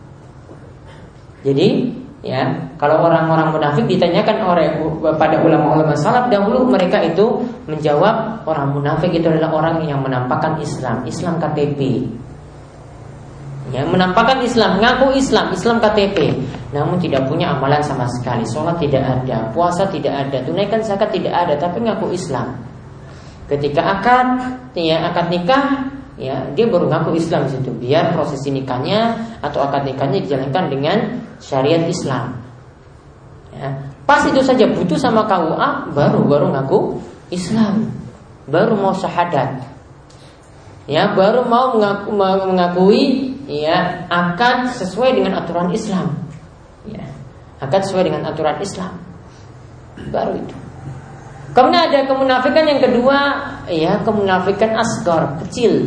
[SPEAKER 1] Jadi ya, kalau orang-orang munafik ditanyakan pada ulama-ulama salaf dahulu, mereka itu menjawab orang munafik itu adalah orang yang menampakkan Islam, Islam KTP. Ya, menampakkan Islam, ngaku Islam, Islam KTP, namun tidak punya amalan sama sekali. Sholat tidak ada, puasa tidak ada, tunaikan zakat tidak ada, tapi ngaku Islam. Ketika akad nikah, ya, dia baru ngaku Islam di situ. Biar prosesi nikahnya atau akad nikahnya dijalankan dengan syariat Islam. Ya, pas itu saja butuh sama KUA, baru ngaku Islam, baru mau syahadat. Ya, baru mau mengakui ya akad sesuai dengan aturan Islam. Ya, akad sesuai dengan aturan Islam. Baru itu. Kemudian ada kemunafikan yang kedua, ya, kemunafikan asghar, kecil.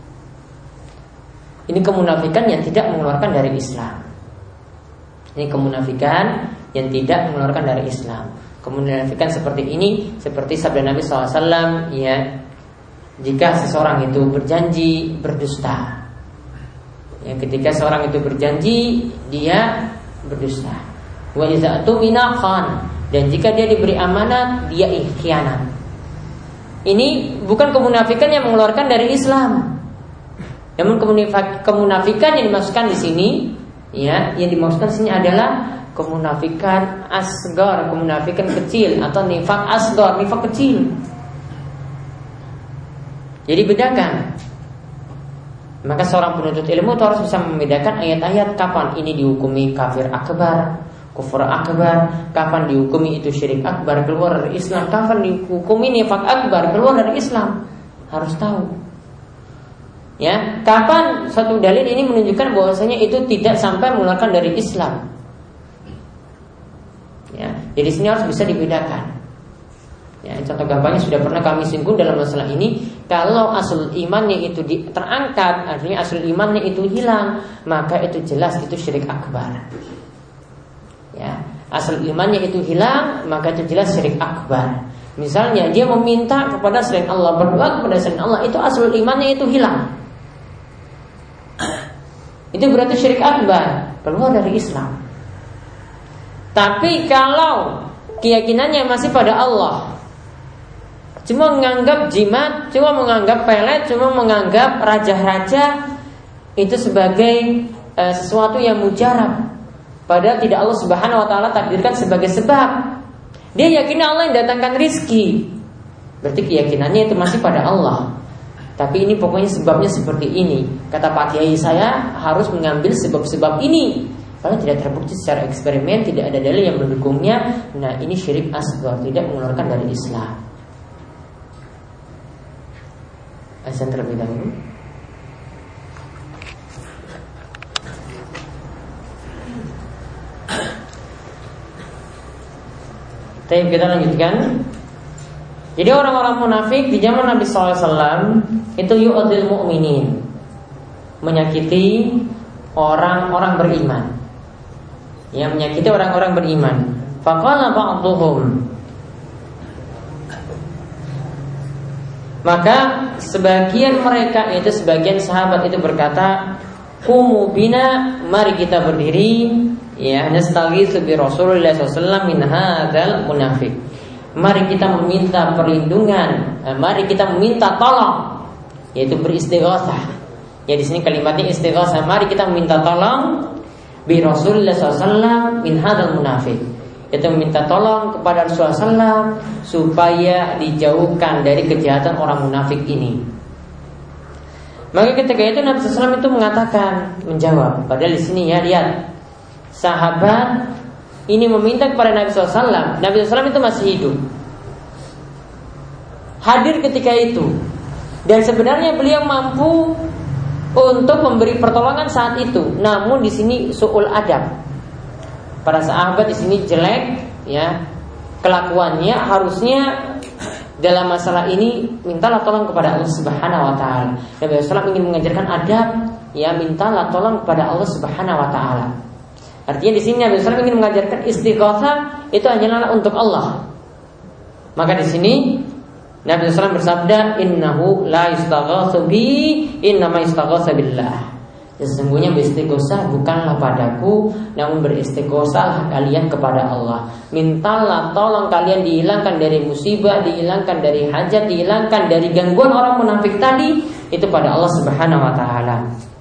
[SPEAKER 1] Ini kemunafikan yang tidak mengeluarkan dari Islam. Ini kemunafikan yang tidak mengeluarkan dari Islam. Kemunafikan seperti ini, seperti sabda Nabi SAW, ya, jika seseorang itu berjanji berdusta, ya, ketika seorang itu berjanji dia berdusta. Wa iza tumina khan, dan jika dia diberi amanat dia khianat. Ini bukan kemunafikan yang mengeluarkan dari Islam. Namun kemunafikan yang dimaksudkan di sini, ya, yang dimaksudkan di sini adalah kemunafikan asgar, kemunafikan kecil atau nifak asgar, nifak kecil. Jadi bedakan. Maka seorang penuntut ilmu itu harus bisa membedakan ayat-ayat kapan ini dihukumi kafir akbar, kufur akbar, kapan dihukumi itu syirik akbar, keluar dari Islam, kapan dihukumi nifaq akbar, keluar dari Islam. Harus tahu. Ya, kapan satu dalil ini menunjukkan bahwasanya itu tidak sampai mengeluarkan dari Islam. Ya, jadi sini harus bisa dibedakan. Ya, contoh gampangnya sudah pernah kami singgung dalam masalah ini. Kalau asal imannya itu terangkat, artinya asal imannya itu hilang, maka itu jelas itu syirik akbar. Ya, asal imannya itu hilang, maka itu jelas syirik akbar. Misalnya dia meminta kepada selain Allah, berdoa kepada selain Allah, itu asal imannya itu hilang. Itu berarti syirik akbar, keluar dari Islam. Tapi kalau keyakinannya masih pada Allah, cuma menganggap jimat, cuma menganggap pelet, cuma menganggap raja-raja itu sebagai sesuatu yang mujarab, padahal tidak Allah Subhanahu wa taala takdirkan sebagai sebab. Dia yakin Allah yang datangkan rizki, berarti keyakinannya itu masih pada Allah. Tapi ini pokoknya sebabnya seperti ini. Kata Pak Kiai, saya harus mengambil sebab-sebab ini. Kalau tidak terbukti secara eksperimen, tidak ada dalil yang mendukungnya, nah ini syirik asghar, tidak mengeluarkan dari Islam. Azan terlebih dahulu. Baik, kita lanjutkan. Jadi orang-orang munafik di zaman Nabi SAW itu yu'adil mu'minin, menyakiti orang-orang beriman. Ya, menyakiti orang-orang beriman. Faqala ba'duhum, maka sebagian mereka, itu sebagian sahabat itu berkata, "Qumu bina, mari kita berdiri, ya, nastaghitsu bi Rasulillah sallallahu min hadzal munafiq." Mari kita meminta perlindungan, mari kita meminta tolong, yaitu beristighatsah. Ya, di sini kalimatnya istighatsah. Mari kita meminta tolong bi Rasulillah sallallahu min hadzal munafiq. Itu meminta tolong kepada Rasulullah SAW supaya dijauhkan dari kejahatan orang munafik ini. Maka ketika itu Nabi SAW itu mengatakan, menjawab. Padahal di sini ya lihat, sahabat ini meminta kepada Nabi SAW. Nabi SAW itu masih hidup, hadir ketika itu, dan sebenarnya beliau mampu untuk memberi pertolongan saat itu. Namun di sini su'ul adab. Para sahabat di sini jelek, ya, kelakuannya. Harusnya dalam masalah ini mintalah tolong kepada Allah Subhanahu wa taala. Nabi sallallahu ingin mengajarkan adab, ya, mintalah tolong kepada Allah Subhanahu wa taala. Artinya di sini Nabi sallallahu ingin mengajarkan istighatsah itu hanyalah untuk Allah. Maka di sini Nabi sallallahu bersabda, "Innahu la yustaghatsu bi, innama yustaghatsu billah." Sesungguhnya beristighosah bukanlah padaku, namun beristighosah kalian kepada Allah. Mintalah tolong kalian dihilangkan dari musibah, dihilangkan dari hajat, dihilangkan dari gangguan orang munafik tadi, itu pada Allah Subhanahu wa taala.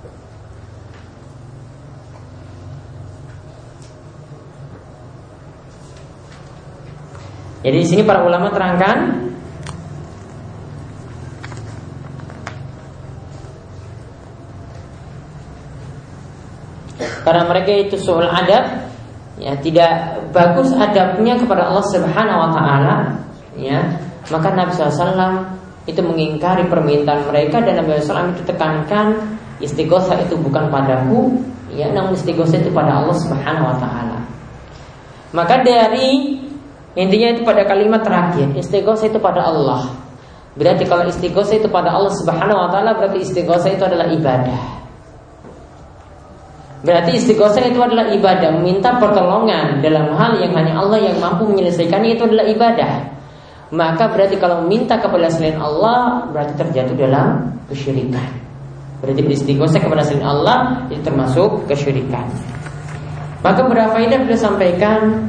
[SPEAKER 1] Jadi di sini para ulama terangkan, karena mereka itu su'ul adab, ya, tidak bagus adabnya kepada Allah Subhanahu wa taala, ya, maka Nabi SAW itu mengingkari permintaan mereka, dan Nabi SAW itu tekankan istighatsah itu bukan padaku, ya, namun istighatsah itu pada Allah Subhanahu wa taala. Maka dari intinya itu pada kalimat terakhir, istighatsah itu pada Allah. Berarti kalau istighatsah itu pada Allah Subhanahu wa taala, berarti istighatsah itu adalah ibadah. Berarti istighatsah itu adalah ibadah, meminta pertolongan dalam hal yang hanya Allah yang mampu menyelesaikannya, itu adalah ibadah. Maka berarti kalau meminta kepada selain Allah, berarti terjatuh dalam kesyirikan. Berarti beristighatsah kepada selain Allah itu termasuk kesyirikan. Maka berapa faedah beliau sampaikan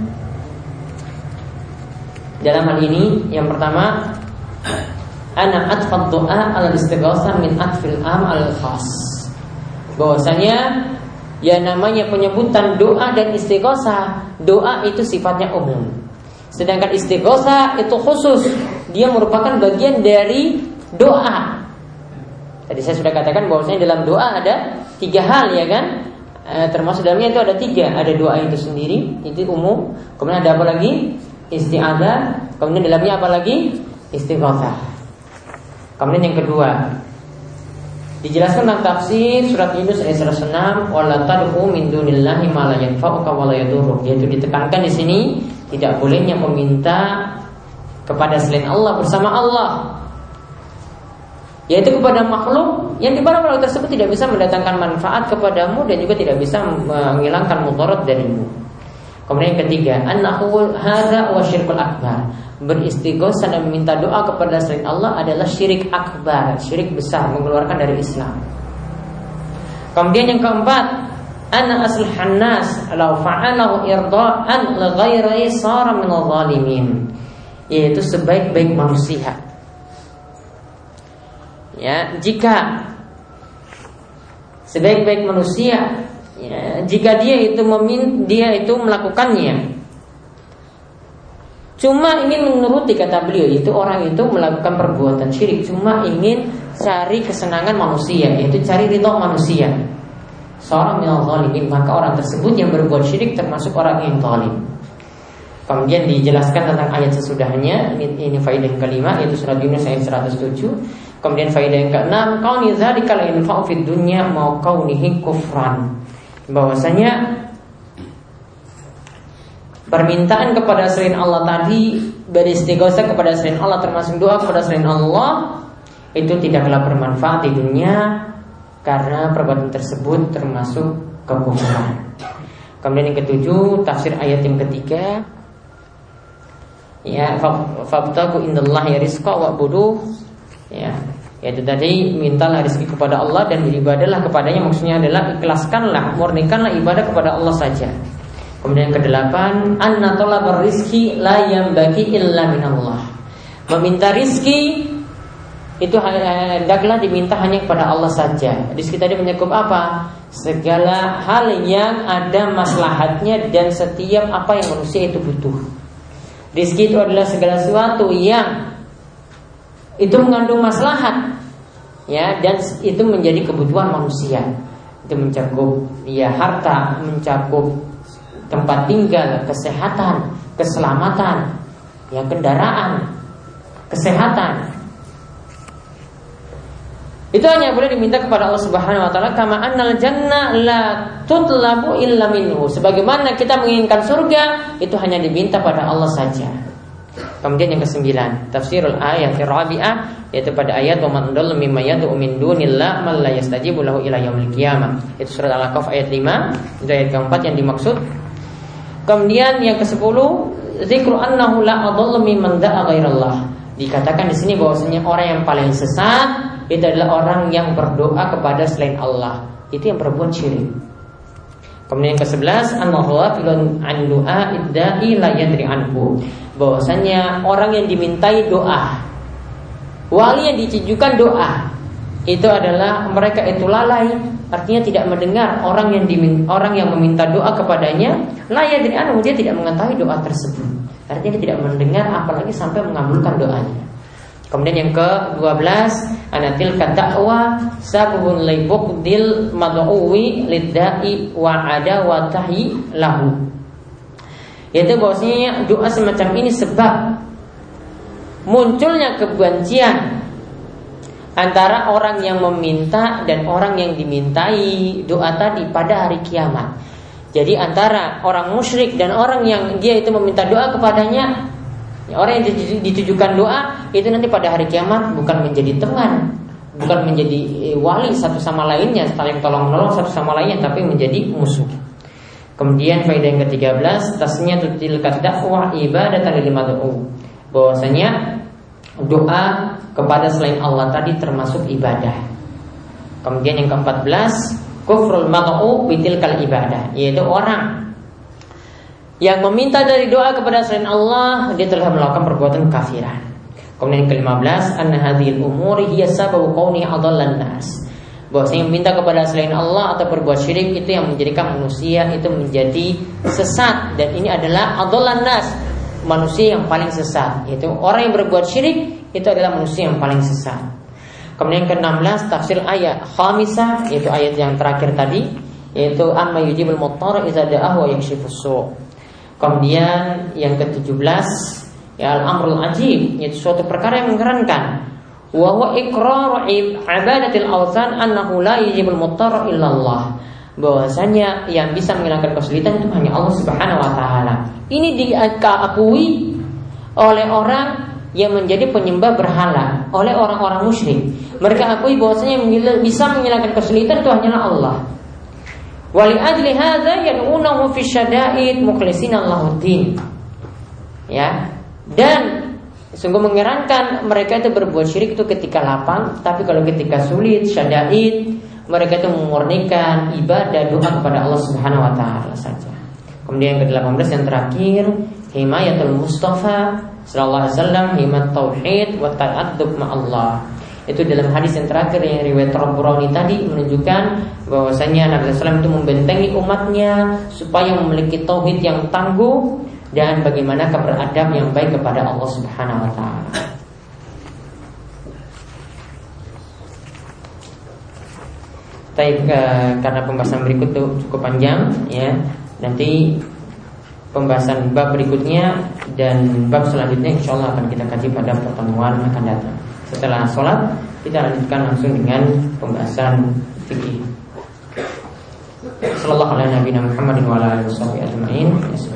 [SPEAKER 1] dalam hal ini. Yang pertama, ana atfad doa al istighatsah min atfil am al khas. Bahwasanya ya namanya penyebutan doa dan istighatsah, doa itu sifatnya umum, sedangkan istighatsah itu khusus, dia merupakan bagian dari doa. Tadi saya sudah katakan bahwasanya dalam doa ada 3 hal ya kan? Termasuk dalamnya itu ada 3. Ada doa itu sendiri, itu umum. Kemudian ada apa lagi? Isti'adzah. Kemudian dalamnya apa lagi? Istighatsah. Kemudian yang kedua, dijelaskan dalam tafsir surat Yunus ayat 106, wala tad'u min dunillahi ma la yanfa'uka wa la yadurruk. Yaitu ditekankan di sini tidak bolehnya meminta kepada selain Allah bersama Allah, yaitu kepada makhluk yang di mana makhluk tersebut tidak bisa mendatangkan manfaat kepadamu dan juga tidak bisa menghilangkan mudarat darimu. Kemudian yang ketiga, annahu hadza wa syirkul akbar. Beristighosah dan meminta doa kepada selain Allah adalah syirik akbar, syirik besar, mengeluarkan dari Islam. Kemudian yang keempat, anna aslhan nas law fa'alahu irda'an li ghairi sara min adh-dhalimin. Yaitu sebaik-baik manusia, ya, jika sebaik-baik manusia, ya, jika dia itu melakukannya cuma ingin menuruti, kata beliau, itu orang itu melakukan perbuatan syirik cuma ingin cari kesenangan manusia, yaitu cari ridha manusia, seorang minal zalimin, maka orang tersebut yang berbuat syirik termasuk orang yang zalim. Kemudian dijelaskan tentang ayat sesudahnya. Ini faedah yang kelima, yaitu surat Yunus ayat 107. Kemudian faedah yang keenam, kauni dzalika la yanfa'u fid dunya ma kaunihi kufran. Bahwasanya permintaan kepada selain Allah tadi, beristighosah kepada selain Allah, termasuk doa kepada selain Allah, itu tidaklah bermanfaat di dunia karena perbuatan tersebut termasuk kekufuran. Kemudian yang ketujuh, tafsir ayat yang ketiga, ya, fabtagu indallahi rizqa wa'buduh, ya, yaitu tadi mintalah rezeki kepada Allah dan beribadahlah kepadanya. Maksudnya adalah ikhlaskanlah, murnikanlah ibadah kepada Allah saja. Kemudian yang kedelapan, anna talabar rizki la yanbaghi illa minallah. Meminta rizki itu hendaklah diminta hanya kepada Allah saja. Rizki tadi mencakup apa? Segala hal yang ada maslahatnya dan setiap apa yang manusia itu butuh. Rizki itu adalah segala sesuatu yang itu mengandung maslahat, ya, dan itu menjadi kebutuhan manusia. Itu mencakup, ya, harta, mencakup tempat tinggal, kesehatan, keselamatan, ya, kendaraan, kesehatan. Itu hanya boleh diminta kepada Allah Subhanahu wa taala, kama annal jannah la tutlabu illa minhu. Sebagaimana kita menginginkan surga, itu hanya diminta pada Allah saja. Kemudian yang ke-9, tafsirul ayat ar-rabi'ah, yaitu pada ayat wa man dalla mimma yad'u min dunillah man la yastajibu lahu ila yaumil qiyamah. Itu surat Al-Kahf ayat 5, itu ayat keempat yang dimaksud. Kemudian yang ke-10, zikru annahu la adalla mimman da'a ghairallah. Dikatakan di sini bahwasanya orang yang paling sesat itu adalah orang yang berdoa kepada selain Allah, itu yang berbuat syirik. Kemudian yang ke-11, annahu ghafilun an du'a idda'i la yadri anhu. Bahwasanya orang yang dimintai doa, wali yang ditujukan doa, itu adalah mereka itu lalai, artinya tidak mendengar orang yang meminta doa kepadanya, la yadri anhu, dia tidak mengetahui doa tersebut. Artinya dia tidak mendengar apalagi sampai mengabulkan doanya. Kemudian yang ke-12, anatil kada'wa sabun libuqdil mad'uwi lidda'i wa adawatahi lahu. Yaitu bahwasanya doa semacam ini sebab munculnya kebencian antara orang yang meminta dan orang yang dimintai doa tadi pada hari kiamat. Jadi antara orang musyrik dan orang yang dia itu meminta doa kepadanya, orang yang ditujukan doa itu nanti pada hari kiamat bukan menjadi teman, bukan menjadi wali satu sama lainnya, saling tolong menolong satu sama lainnya, tapi menjadi musuh. Kemudian faedah yang ke-13, tasniyatul tilka da'wah ibadatan lil mad'u. Bahwasanya doa kepada selain Allah tadi termasuk ibadah. Kemudian yang ke-14, kufrul mad'u bitilkal ibadah, yaitu orang yang meminta dari doa kepada selain Allah, dia telah melakukan perbuatan kafiran. Kemudian yang ke-15, anna hadhil umuri hiya sababu kauni adallan nas. Bahwasanya meminta kepada selain Allah atau berbuat syirik itu yang menjadikan manusia itu menjadi sesat, dan ini adalah adallan nas, manusia yang paling sesat. Yaitu orang yang berbuat syirik itu adalah manusia yang paling sesat. Kemudian ke-16 tafsir ayat khamisah, yaitu ayat yang terakhir tadi, yaitu amma yujibul muttar idza da'ahu wa yakshifus su'. Kemudian yang ke-17 ya al-amrul ajib, yaitu suatu perkara yang mengherankan. Wa huwa iqraru ibadatil awthan annahu la yujibul muttar illa Allah. Bahwasanya yang bisa menghilangkan kesulitan itu hanya Allah Subhanahu wa taala. Ini diakui oleh orang yang menjadi penyembah berhala, oleh orang-orang musyrik. Mereka akui bahwasanya yang bisa menghilangkan kesulitan itu hanyalah Allah. Wali ajli hadza yad'unahu fi syada'id mukhlishina lahuddin. Ya. Dan sungguh mengherankan mereka itu berbuat syirik itu ketika lapang, tapi kalau ketika sulit, syada'id, mereka itu memurnikan ibadah doa kepada Allah Subhanahu wa taala saja. Kemudian yang ke-18 yang terakhir, himayatul Mustafa sallallahu alaihi wasallam, himat tauhid wa ta'addub ma'allah. Itu dalam hadis yang terakhir yang riwayat Tabrani tadi menunjukkan bahwasanya Nabi SAW itu membentengi umatnya supaya memiliki tauhid yang tangguh dan bagaimana beradab yang baik kepada Allah Subhanahu wa taala. Karena pembahasan berikut itu cukup panjang ya. Nanti pembahasan bab berikutnya dan bab selanjutnya insya Allah akan kita kaji pada pertemuan akan datang. Setelah sholat kita lanjutkan langsung dengan pembahasan fikih. Sallallahu alaihi wa sallam Muhammadin wa ala alihi wasallam ajma'in.